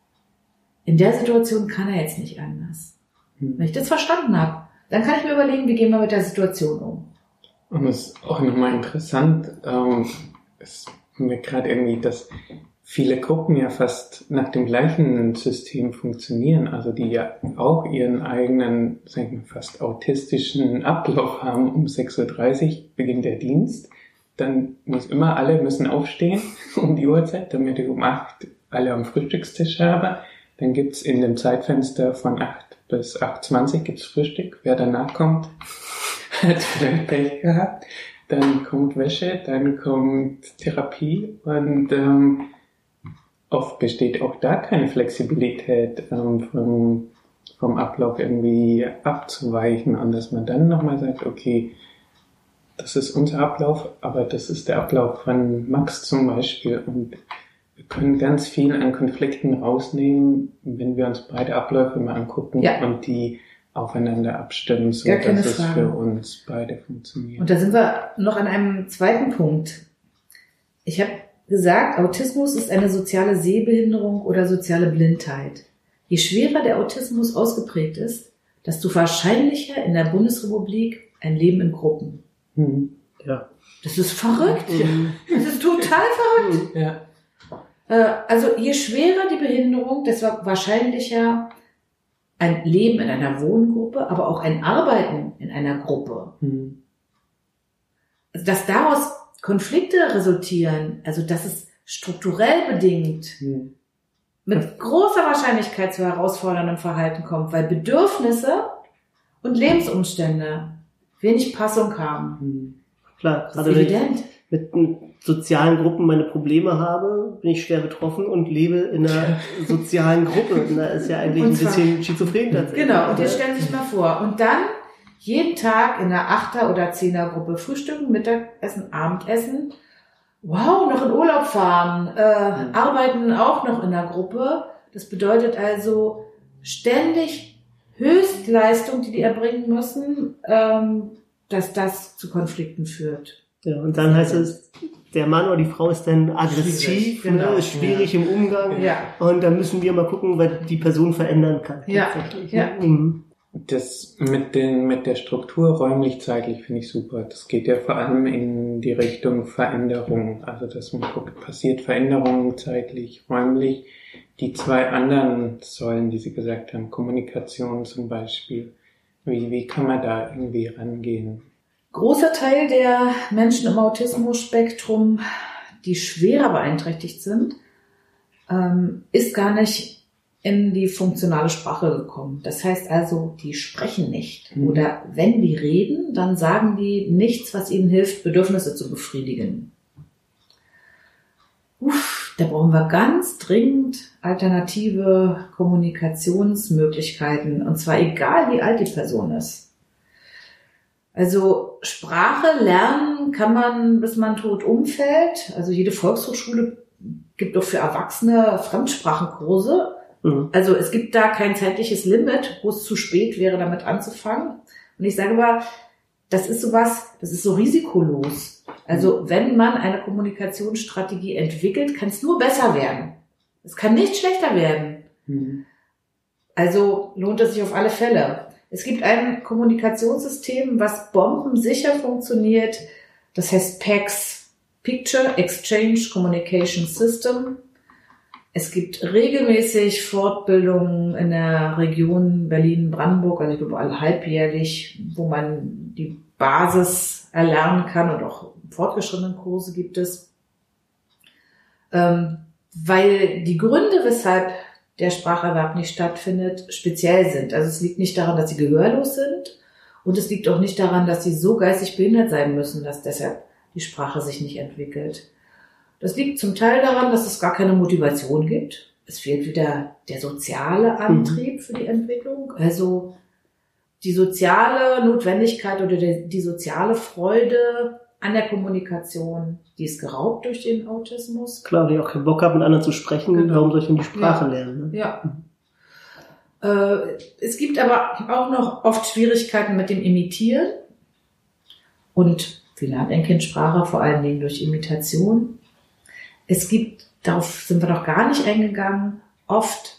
In der Situation kann er jetzt nicht anders. Wenn ich das verstanden habe, dann kann ich mir überlegen, wie gehen wir mit der Situation um. Und es ist auch nochmal interessant, ähm, es mir gerade irgendwie, dass viele Gruppen ja fast nach dem gleichen System funktionieren, also die ja auch ihren eigenen, sagen wir fast autistischen Ablauf haben. Um sechs Uhr dreißig beginnt der Dienst, dann muss immer alle müssen aufstehen um die Uhrzeit, damit ich um acht alle am Frühstückstisch habe. Dann gibt's in dem Zeitfenster von acht bis acht Uhr zwanzig gibt's Frühstück. Wer danach kommt, hat vielleicht Pech gehabt. Dann kommt Wäsche, dann kommt Therapie und ähm, oft besteht auch da keine Flexibilität ähm, vom, vom Ablauf irgendwie abzuweichen und dass man dann nochmal sagt, okay, das ist unser Ablauf, aber das ist der Ablauf von Max zum Beispiel und wir können ganz viel an Konflikten rausnehmen, wenn wir uns beide Abläufe mal angucken ja. und die aufeinander abstimmen, so Gar keine dass es Frage. für uns beide funktioniert. Und da sind wir noch an einem zweiten Punkt. Ich habe gesagt, Autismus ist eine soziale Sehbehinderung oder soziale Blindheit. Je schwerer der Autismus ausgeprägt ist, desto wahrscheinlicher in der Bundesrepublik ein Leben in Gruppen. Mhm. Ja. Das ist verrückt. Mhm. Das ist total verrückt. Ja. Also je schwerer die Behinderung, desto wahrscheinlicher ein Leben in einer Wohngruppe, aber auch ein Arbeiten in einer Gruppe. Mhm. Also dass daraus Konflikte resultieren, also dass es strukturell bedingt mhm. mit großer Wahrscheinlichkeit zu herausforderndem Verhalten kommt, weil Bedürfnisse und Lebensumstände wenig Passung haben. Mhm. Klar, das ist also evident. Mit, mit sozialen Gruppen meine Probleme habe, bin ich schwer betroffen und lebe in einer sozialen Gruppe. Und da ist ja eigentlich ein bisschen schizophren tatsächlich. Genau, und jetzt stellen Sie sich mal vor. Und dann jeden Tag in einer Achter- oder Zehner-Gruppe frühstücken, Mittagessen, Abendessen. Wow, noch in Urlaub fahren, äh, mhm. arbeiten auch noch in der Gruppe. Das bedeutet also ständig Höchstleistung, die die erbringen müssen, ähm, dass das zu Konflikten führt. Ja, und dann heißt es, der Mann oder die Frau ist dann aggressiv, schwierig, genau. ne, ist schwierig ja. im Umgang. Ja. Und dann müssen wir mal gucken, was die Person verändern kann. Ja. Ja. Mhm. Das mit den, mit der Struktur räumlich-zeitlich finde ich super. Das geht ja vor allem in die Richtung Veränderung. Also, dass man guckt, passiert Veränderung zeitlich, räumlich. Die zwei anderen Säulen, die Sie gesagt haben, Kommunikation zum Beispiel. Wie, wie kann man da irgendwie rangehen? Großer Teil der Menschen im Autismus-Spektrum, die schwerer beeinträchtigt sind, ähm, ist gar nicht in die funktionale Sprache gekommen. Das heißt also, die sprechen nicht. Mhm. Oder wenn die reden, dann sagen die nichts, was ihnen hilft, Bedürfnisse zu befriedigen. Uff, da brauchen wir ganz dringend alternative Kommunikationsmöglichkeiten. Und zwar egal, wie alt die Person ist. Also Sprache lernen kann man, bis man tot umfällt. Also jede Volkshochschule gibt auch für Erwachsene Fremdsprachenkurse. Mhm. Also es gibt da kein zeitliches Limit, wo es zu spät wäre, damit anzufangen. Und ich sage mal, das ist sowas, das ist so risikolos. Also wenn man eine Kommunikationsstrategie entwickelt, kann es nur besser werden. Es kann nicht schlechter werden. Mhm. Also lohnt es sich auf alle Fälle. Es gibt ein Kommunikationssystem, was bombensicher funktioniert. Das heißt P E C S, Picture Exchange Communication System. Es gibt regelmäßig Fortbildungen in der Region Berlin-Brandenburg, also ich glaube alle halbjährlich, wo man die Basis erlernen kann und auch fortgeschrittene Kurse gibt es. Ähm, weil die Gründe, weshalb der Spracherwerb nicht stattfindet, speziell sind. Also es liegt nicht daran, dass sie gehörlos sind und es liegt auch nicht daran, dass sie so geistig behindert sein müssen, dass deshalb die Sprache sich nicht entwickelt. Das liegt zum Teil daran, dass es gar keine Motivation gibt. Es fehlt wieder der soziale Antrieb mhm. für die Entwicklung. Also die soziale Notwendigkeit oder die, die soziale Freude an der Kommunikation, die ist geraubt durch den Autismus. Klar, wenn ich auch keinen Bock habe, mit anderen zu sprechen, genau. Warum soll ich denn die Sprache ja. lernen? Ne? Ja. Mhm. Äh, es gibt aber auch noch oft Schwierigkeiten mit dem Imitieren. Und wie lernt ein Kind Sprache? Vor allen Dingen durch Imitation. Es gibt, darauf sind wir noch gar nicht eingegangen, oft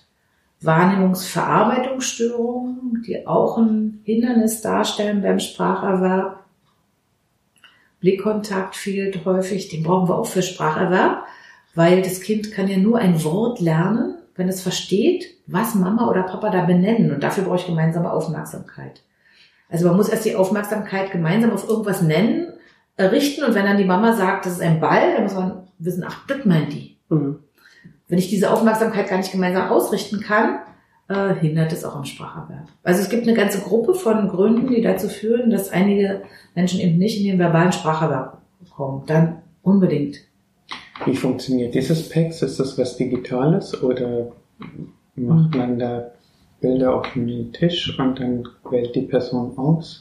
Wahrnehmungsverarbeitungsstörungen, die auch ein Hindernis darstellen beim Spracherwerb. Blickkontakt fehlt häufig, den brauchen wir auch für Spracherwerb, weil das Kind kann ja nur ein Wort lernen, wenn es versteht, was Mama oder Papa da benennen. Und dafür brauche ich gemeinsame Aufmerksamkeit. Also man muss erst die Aufmerksamkeit gemeinsam auf irgendwas nennen, richten, und wenn dann die Mama sagt, das ist ein Ball, dann muss man wissen, ach, das meint die. Mhm. Wenn ich diese Aufmerksamkeit gar nicht gemeinsam ausrichten kann, äh, hindert es auch am Spracherwerb. Also es gibt eine ganze Gruppe von Gründen, die dazu führen, dass einige Menschen eben nicht in den verbalen Spracherwerb kommen. Dann unbedingt. Wie funktioniert dieses P E C S? Ist das was Digitales oder macht man da Bilder auf den Tisch und dann wählt die Person aus?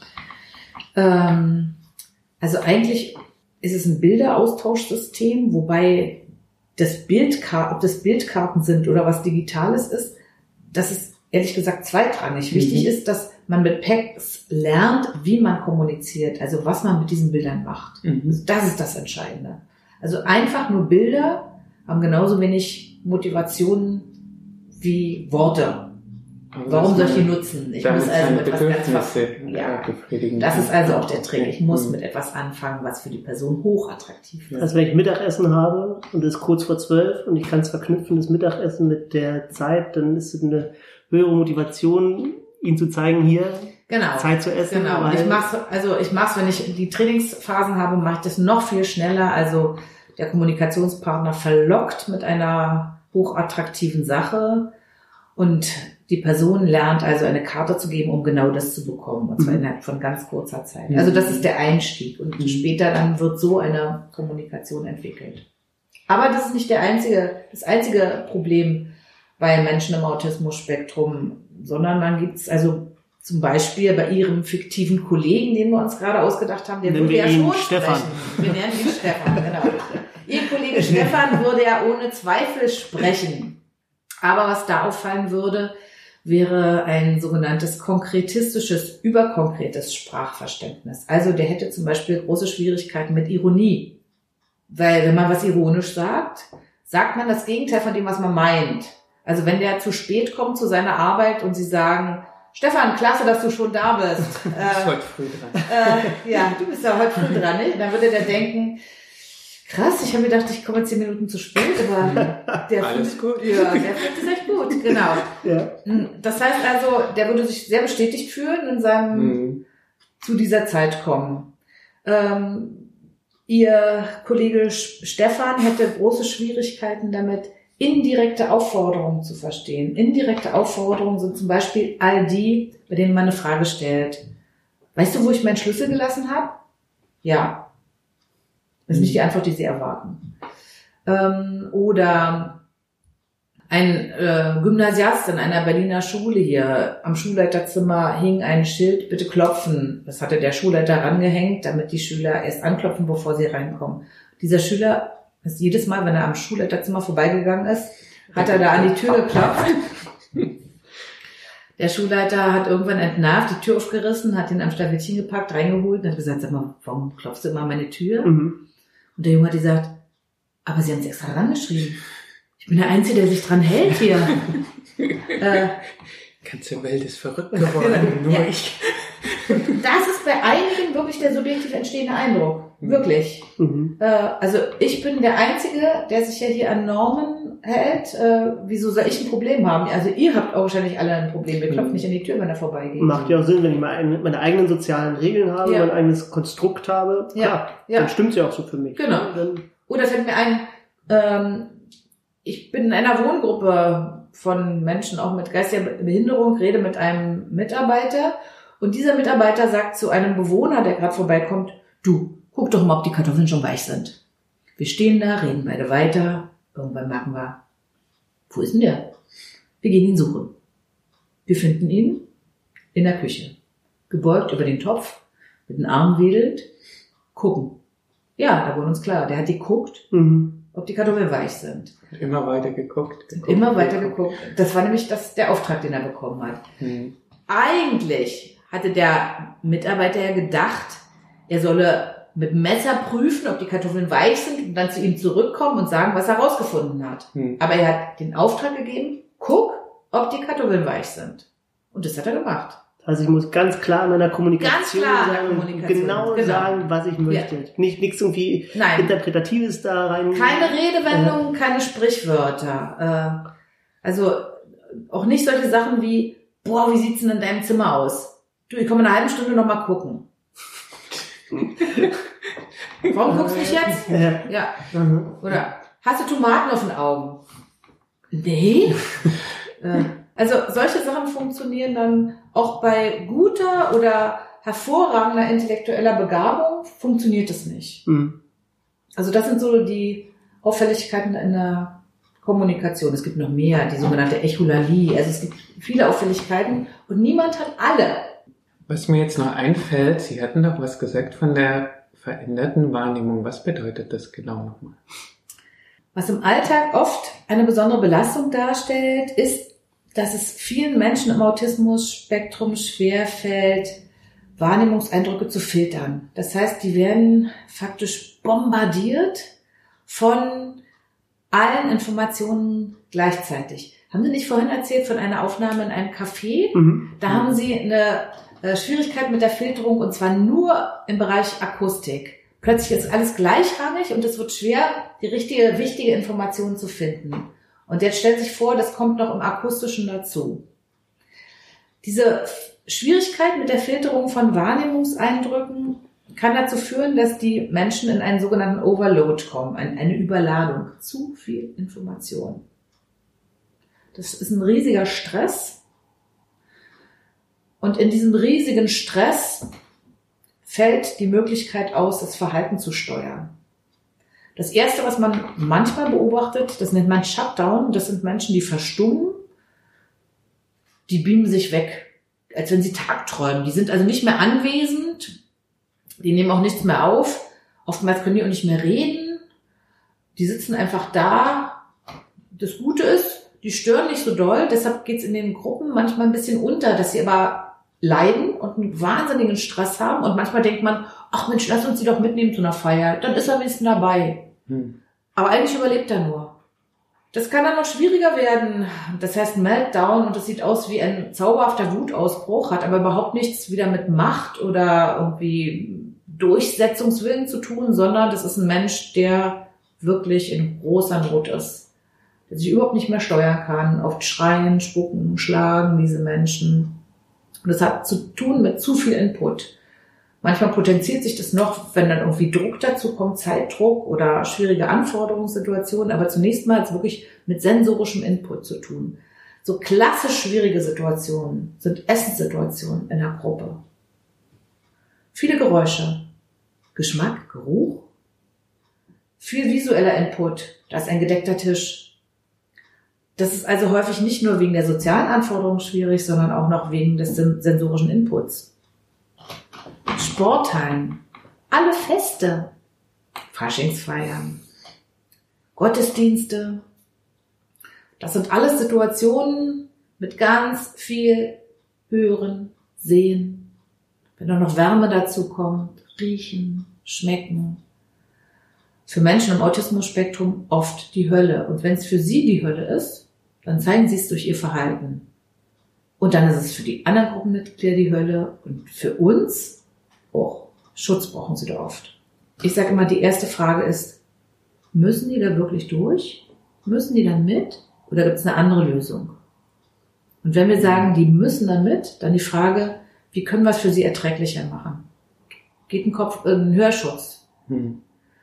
Ähm, also eigentlich ist es ein Bilderaustauschsystem, wobei das Bildkar- ob das Bildkarten sind oder was Digitales ist, das ist ehrlich gesagt zweitrangig. Mhm. Wichtig ist, dass man mit P E Cs lernt, wie man kommuniziert, also was man mit diesen Bildern macht. Mhm. Also das ist das Entscheidende. Also einfach nur Bilder haben genauso wenig Motivation wie Worte. Also warum soll ich die nutzen? Ich muss also mit etwas ganz ja. befriedigen. Das ist also auch der Trick. Ich muss mit etwas anfangen, was für die Person hochattraktiv ist. Also wenn ich Mittagessen habe und es ist kurz vor zwölf und ich kann es verknüpfen, das Mittagessen mit der Zeit, dann ist es eine höhere Motivation, ihnen zu zeigen, hier genau. Zeit zu essen. Genau. Und ich mach's, also ich mach's, wenn ich die Trainingsphasen habe, mache ich das noch viel schneller. Also der Kommunikationspartner verlockt mit einer hochattraktiven Sache und die Person lernt also eine Karte zu geben, um genau das zu bekommen, und zwar innerhalb von ganz kurzer Zeit. Also das ist der Einstieg und mhm. später dann wird so eine Kommunikation entwickelt. Aber das ist nicht der einzige, das einzige Problem bei Menschen im Autismus-Spektrum, sondern dann gibt's also zum Beispiel bei Ihrem fiktiven Kollegen, den wir uns gerade ausgedacht haben, der würde ja schon Stefan. sprechen. Wir nennen ihn Stefan, genau. Ihr Kollege Stefan würde ja ohne Zweifel sprechen. Aber was da auffallen würde, wäre ein sogenanntes konkretistisches, überkonkretes Sprachverständnis. Also der hätte zum Beispiel große Schwierigkeiten mit Ironie. Weil wenn man was ironisch sagt, sagt man das Gegenteil von dem, was man meint. Also wenn der zu spät kommt zu seiner Arbeit und Sie sagen, Stefan, klasse, dass du schon da bist. Du bist heute früh dran. Äh, ja, du bist ja heute früh dran, nicht? Dann würde der denken, krass, ich habe gedacht, ich komme zehn Minuten zu spät, aber der Alles findet, gut. Ja, der findet es echt gut, genau. Ja. Das heißt also, der würde sich sehr bestätigt fühlen in seinem mhm. zu dieser Zeit kommen. Ähm, ihr Kollege Stefan hätte große Schwierigkeiten damit, indirekte Aufforderungen zu verstehen. Indirekte Aufforderungen sind zum Beispiel all die, bei denen man eine Frage stellt. Weißt du, wo ich meinen Schlüssel gelassen habe? Ja. Das ist nicht die Antwort, die Sie erwarten. Ähm, oder ein äh, Gymnasiast in einer Berliner Schule hier. Am Schulleiterzimmer hing ein Schild, bitte klopfen. Das hatte der Schulleiter rangehängt, damit die Schüler erst anklopfen, bevor sie reinkommen. Dieser Schüler ist jedes Mal, wenn er am Schulleiterzimmer vorbeigegangen ist, hat er da an die Tür geklopft. Der Schulleiter hat irgendwann entnervt die Tür aufgerissen, hat ihn am Staffettchen gepackt, reingeholt und hat gesagt, sag mal, warum klopfst du immer an meine Tür? Mhm. Und der Junge hat gesagt, aber Sie haben es extra rangeschrieben. Ich bin der Einzige, der sich dran hält hier. äh, Die ganze Welt ist verrückt geworden, nur ja. ich. Das ist bei einigen wirklich der subjektiv entstehende Eindruck. Wirklich. Mhm. Äh, also ich bin der Einzige, der sich ja hier an Normen hält. Äh, wieso soll ich ein Problem haben? Also ihr habt auch wahrscheinlich alle ein Problem. Ihr klopft mhm. nicht an die Tür, wenn er vorbeigeht. Macht ja auch Sinn, wenn ich meine, meine eigenen sozialen Regeln habe, ja. mein eigenes Konstrukt habe. Ja. Klar, ja. dann stimmt's ja auch so für mich. Genau. Dann Oder fällt mir ein, ähm, ich bin in einer Wohngruppe von Menschen auch mit geistiger Behinderung, rede mit einem Mitarbeiter und dieser Mitarbeiter sagt zu einem Bewohner, der gerade vorbeikommt, du, guck doch mal, ob die Kartoffeln schon weich sind. Wir stehen da, reden beide weiter. Irgendwann merken wir, wo ist denn der? Wir gehen ihn suchen. Wir finden ihn in der Küche. Gebeugt über den Topf, mit den Armen wedelt, gucken. Ja, da wurde uns klar, der hat geguckt, mhm. ob die Kartoffeln weich sind. Immer weiter geguckt. geguckt Immer weiter geguckt. Das war nämlich das, der Auftrag, den er bekommen hat. Mhm. Eigentlich hatte der Mitarbeiter ja gedacht, er solle mit dem Messer prüfen, ob die Kartoffeln weich sind und dann zu ihm zurückkommen und sagen, was er rausgefunden hat. Hm. Aber er hat den Auftrag gegeben, guck, ob die Kartoffeln weich sind. Und das hat er gemacht. Also ich muss ganz klar in meiner Kommunikation, ganz klar sagen, Kommunikation. Genau, genau sagen, was ich möchte. Ja. Nicht nichts irgendwie Nein. Interpretatives da rein. Keine Redewendungen, äh. keine Sprichwörter. Äh, also auch nicht solche Sachen wie, boah, wie sieht's denn in deinem Zimmer aus? Du, ich komme in einer halben Stunde noch mal gucken. Warum guckst du dich jetzt? Ja. ja. Mhm. Oder hast du Tomaten auf den Augen? Nee. Also solche Sachen funktionieren dann auch bei guter oder hervorragender intellektueller Begabung funktioniert es nicht. Mhm. Also das sind so die Auffälligkeiten in der Kommunikation. Es gibt noch mehr, die sogenannte Echolalie. Also es gibt viele Auffälligkeiten und niemand hat alle. Was mir jetzt noch einfällt, Sie hatten doch was gesagt von der veränderten Wahrnehmung. Was bedeutet das genau nochmal? Was im Alltag oft eine besondere Belastung darstellt, ist, dass es vielen Menschen im Autismus-Spektrum schwerfällt, Wahrnehmungseindrücke zu filtern. Das heißt, die werden faktisch bombardiert von allen Informationen gleichzeitig. Haben Sie nicht vorhin erzählt von einer Aufnahme in einem Café? Mhm. Da haben Sie eine äh, Schwierigkeit mit der Filterung und zwar nur im Bereich Akustik. Plötzlich ist alles gleichrangig und es wird schwer, die richtige, wichtige Information zu finden. Und jetzt stellt sich vor, das kommt noch im Akustischen dazu. Diese Schwierigkeit mit der Filterung von Wahrnehmungseindrücken kann dazu führen, dass die Menschen in einen sogenannten Overload kommen, eine Überladung, zu viel Information. Das ist ein riesiger Stress. Und in diesem riesigen Stress fällt die Möglichkeit aus, das Verhalten zu steuern. Das Erste, was man manchmal beobachtet, das nennt man Shutdown, das sind Menschen, die verstummen, die beamen sich weg, als wenn sie tagträumen. Die sind also nicht mehr anwesend, die nehmen auch nichts mehr auf, oftmals können die auch nicht mehr reden, die sitzen einfach da. Das Gute ist, die stören nicht so doll, deshalb geht's in den Gruppen manchmal ein bisschen unter, dass sie aber leiden und einen wahnsinnigen Stress haben und manchmal denkt man, ach Mensch, lass uns die doch mitnehmen zu einer Feier, dann ist er wenigstens dabei. Hm. Aber eigentlich überlebt er nur. Das kann dann noch schwieriger werden. Das heißt Meltdown und das sieht aus wie ein zauberhafter Wutausbruch, hat aber überhaupt nichts wieder mit Macht oder irgendwie Durchsetzungswillen zu tun, sondern das ist ein Mensch, der wirklich in großer Not ist, der sich überhaupt nicht mehr steuern kann, oft schreien, spucken, schlagen diese Menschen. Und das hat zu tun mit zu viel Input. Manchmal potenziert sich das noch, wenn dann irgendwie Druck dazu kommt, Zeitdruck oder schwierige Anforderungssituationen, aber zunächst mal hat es wirklich mit sensorischem Input zu tun. So klassisch schwierige Situationen sind Essenssituationen in der Gruppe. Viele Geräusche, Geschmack, Geruch, viel visueller Input, da ist ein gedeckter Tisch. Das ist also häufig nicht nur wegen der sozialen Anforderungen schwierig, sondern auch noch wegen des sensorischen Inputs. Sporthallen, alle Feste, Faschingsfeiern, Gottesdienste. Das sind alles Situationen mit ganz viel Hören, Sehen. Wenn auch noch Wärme dazu kommt, riechen, schmecken. Für Menschen im Autismus-Spektrum oft die Hölle. Und wenn es für sie die Hölle ist, dann zeigen sie es durch ihr Verhalten. Und dann ist es für die anderen Gruppenmitglieder die Hölle. Und für uns, oh, Schutz brauchen sie da oft. Ich sage immer, die erste Frage ist, müssen die da wirklich durch? Müssen die dann mit? Oder gibt es eine andere Lösung? Und wenn wir sagen, die müssen dann mit, dann die Frage, wie können wir es für sie erträglicher machen? Geht ein Kopf, äh, ein Hörschutz? Hm.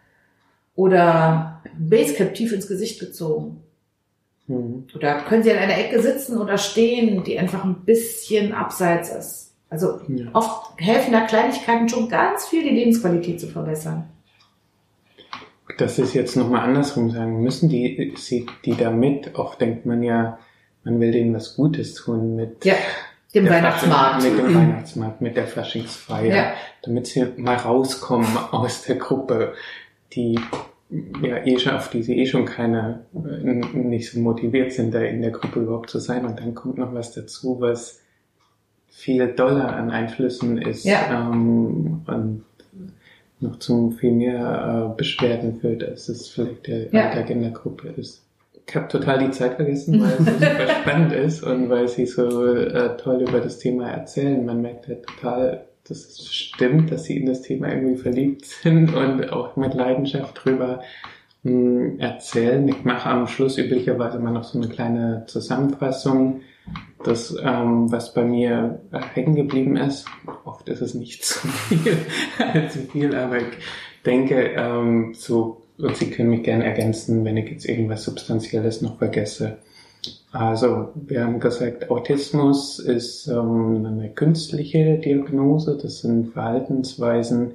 Oder ein Basecap tief ins Gesicht gezogen. Mhm. Oder können Sie an einer Ecke sitzen oder stehen, die einfach ein bisschen abseits ist. Also ja. Oft helfen da Kleinigkeiten schon ganz viel, die Lebensqualität zu verbessern. Das ist jetzt nochmal andersrum sagen. Müssen die, sie, die da mit? Oft denkt man ja, man will denen was Gutes tun mit ja, dem Weihnachtsmarkt. Mit dem Weihnachtsmarkt, mit der Faschingsfeier, ja. Damit sie mal rauskommen aus der Gruppe, die ja eh schon, auf die sie eh schon keine, nicht so motiviert sind, da in der Gruppe überhaupt zu sein. Und dann kommt noch was dazu, was viel doller an Einflüssen ist, ja. ähm, und noch zu viel mehr äh, Beschwerden führt, als es vielleicht der ja. Alltag in der Gruppe ist. Ich habe total die Zeit vergessen, weil es super spannend ist und weil sie so äh, toll über das Thema erzählen. Man merkt halt total, dass es stimmt, dass sie in das Thema irgendwie verliebt sind und auch mit Leidenschaft drüber mh, erzählen. Ich mache am Schluss üblicherweise mal noch so eine kleine Zusammenfassung, das, ähm, was bei mir äh, hängen geblieben ist. Oft ist es nicht zu viel, zu viel, aber ich denke, ähm, so, und Sie können mich gerne ergänzen, wenn ich jetzt irgendwas Substanzielles noch vergesse. Also, wir haben gesagt, Autismus ist ähm, eine künstliche Diagnose. Das sind Verhaltensweisen,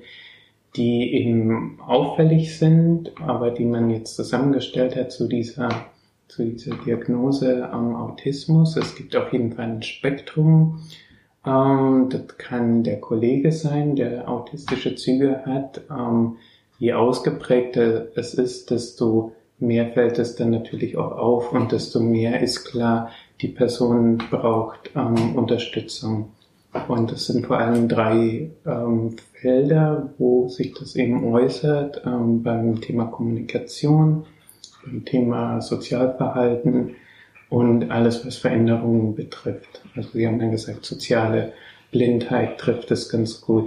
die eben auffällig sind, aber die man jetzt zusammengestellt hat zu dieser zu dieser Diagnose ähm, Autismus. Es gibt auf jeden Fall ein Spektrum. Ähm, das kann der Kollege sein, der autistische Züge hat. Ähm, je ausgeprägter es ist, desto mehr fällt es dann natürlich auch auf und desto mehr ist klar, die Person braucht ähm, Unterstützung. Und es sind vor allem drei ähm, Felder, wo sich das eben äußert, ähm, beim Thema Kommunikation, beim Thema Sozialverhalten und alles, was Veränderungen betrifft. Also Sie haben dann gesagt, soziale Blindheit trifft es ganz gut.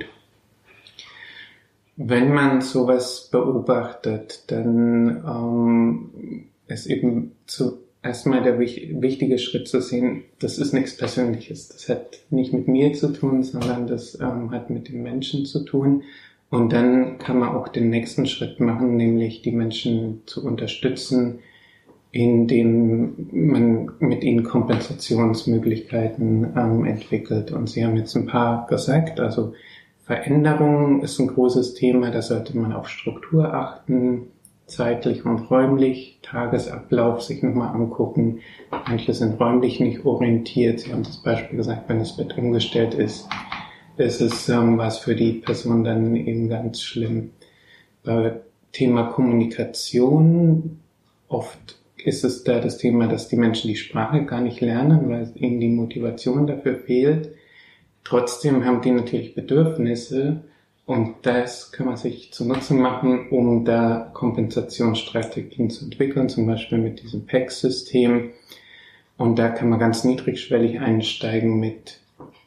Wenn man sowas beobachtet, dann ähm, ist eben zuerst mal der wichtige Schritt zu sehen, das ist nichts Persönliches. Das hat nicht mit mir zu tun, sondern das ähm, hat mit dem Menschen zu tun. Und dann kann man auch den nächsten Schritt machen, nämlich die Menschen zu unterstützen, indem man mit ihnen Kompensationsmöglichkeiten ähm, entwickelt. Und Sie haben jetzt ein paar gesagt, also Veränderung ist ein großes Thema, da sollte man auf Struktur achten, zeitlich und räumlich, Tagesablauf sich nochmal angucken. Manche sind räumlich nicht orientiert. Sie haben das Beispiel gesagt, wenn das Bett umgestellt ist, ist es ähm, was für die Person dann eben ganz schlimm. Bei Thema Kommunikation, oft ist es da das Thema, dass die Menschen die Sprache gar nicht lernen, weil ihnen die Motivation dafür fehlt. Trotzdem haben die natürlich Bedürfnisse und das kann man sich zunutze machen, um da Kompensationsstrategien zu entwickeln, zum Beispiel mit diesem P E C-System. Und da kann man ganz niedrigschwellig einsteigen mit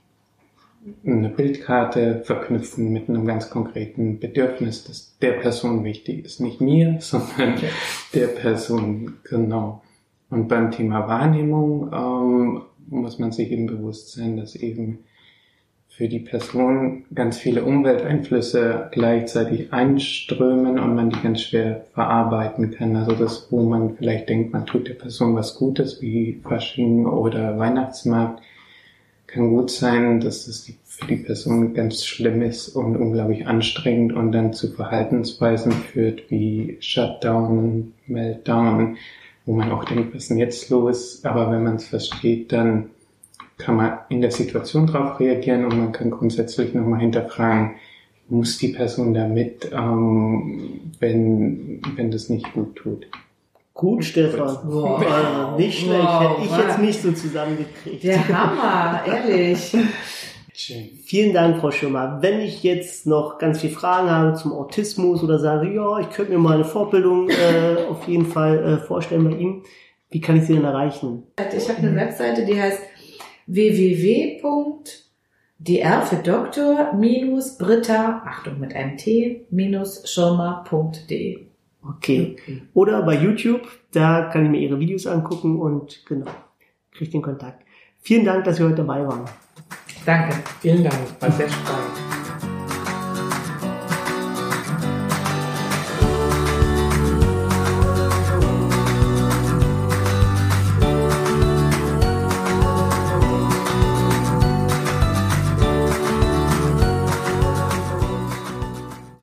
einer Bildkarte verknüpfen mit einem ganz konkreten Bedürfnis, das der Person wichtig ist. Nicht mir, sondern der Person, genau. Und beim Thema Wahrnehmung ähm, muss man sich eben bewusst sein, dass eben für die Person ganz viele Umwelteinflüsse gleichzeitig einströmen und man die ganz schwer verarbeiten kann. Also das, wo man vielleicht denkt, man tut der Person was Gutes, wie Fasching oder Weihnachtsmarkt, kann gut sein, dass es für die Person ganz schlimm ist und unglaublich anstrengend und dann zu Verhaltensweisen führt wie Shutdown, Meltdown, wo man auch denkt, was ist denn jetzt los? Aber wenn man es versteht, dann kann man in der Situation darauf reagieren und man kann grundsätzlich nochmal hinterfragen, muss die Person da mit, ähm, wenn, wenn das nicht gut tut. Gut, Stefan. Wow. Wow. Nicht schlecht. Wow. Hätte ich jetzt nicht so zusammengekriegt. Der Hammer, ehrlich. Schön. Vielen Dank, Frau Schirmer. Wenn ich jetzt noch ganz viele Fragen habe zum Autismus oder sage, ja, ich könnte mir mal eine Fortbildung äh, auf jeden Fall äh, vorstellen bei Ihnen, wie kann ich Sie denn erreichen? Ich habe eine Webseite, die heißt w w w punkt d r für Doktor minus Britta, Achtung mit einem T, minus Schirmer punkt d e. Okay. Oder bei YouTube, da kann ich mir Ihre Videos angucken und genau, kriege den Kontakt. Vielen Dank, dass Sie heute dabei waren. Danke. Vielen Dank, war sehr spannend.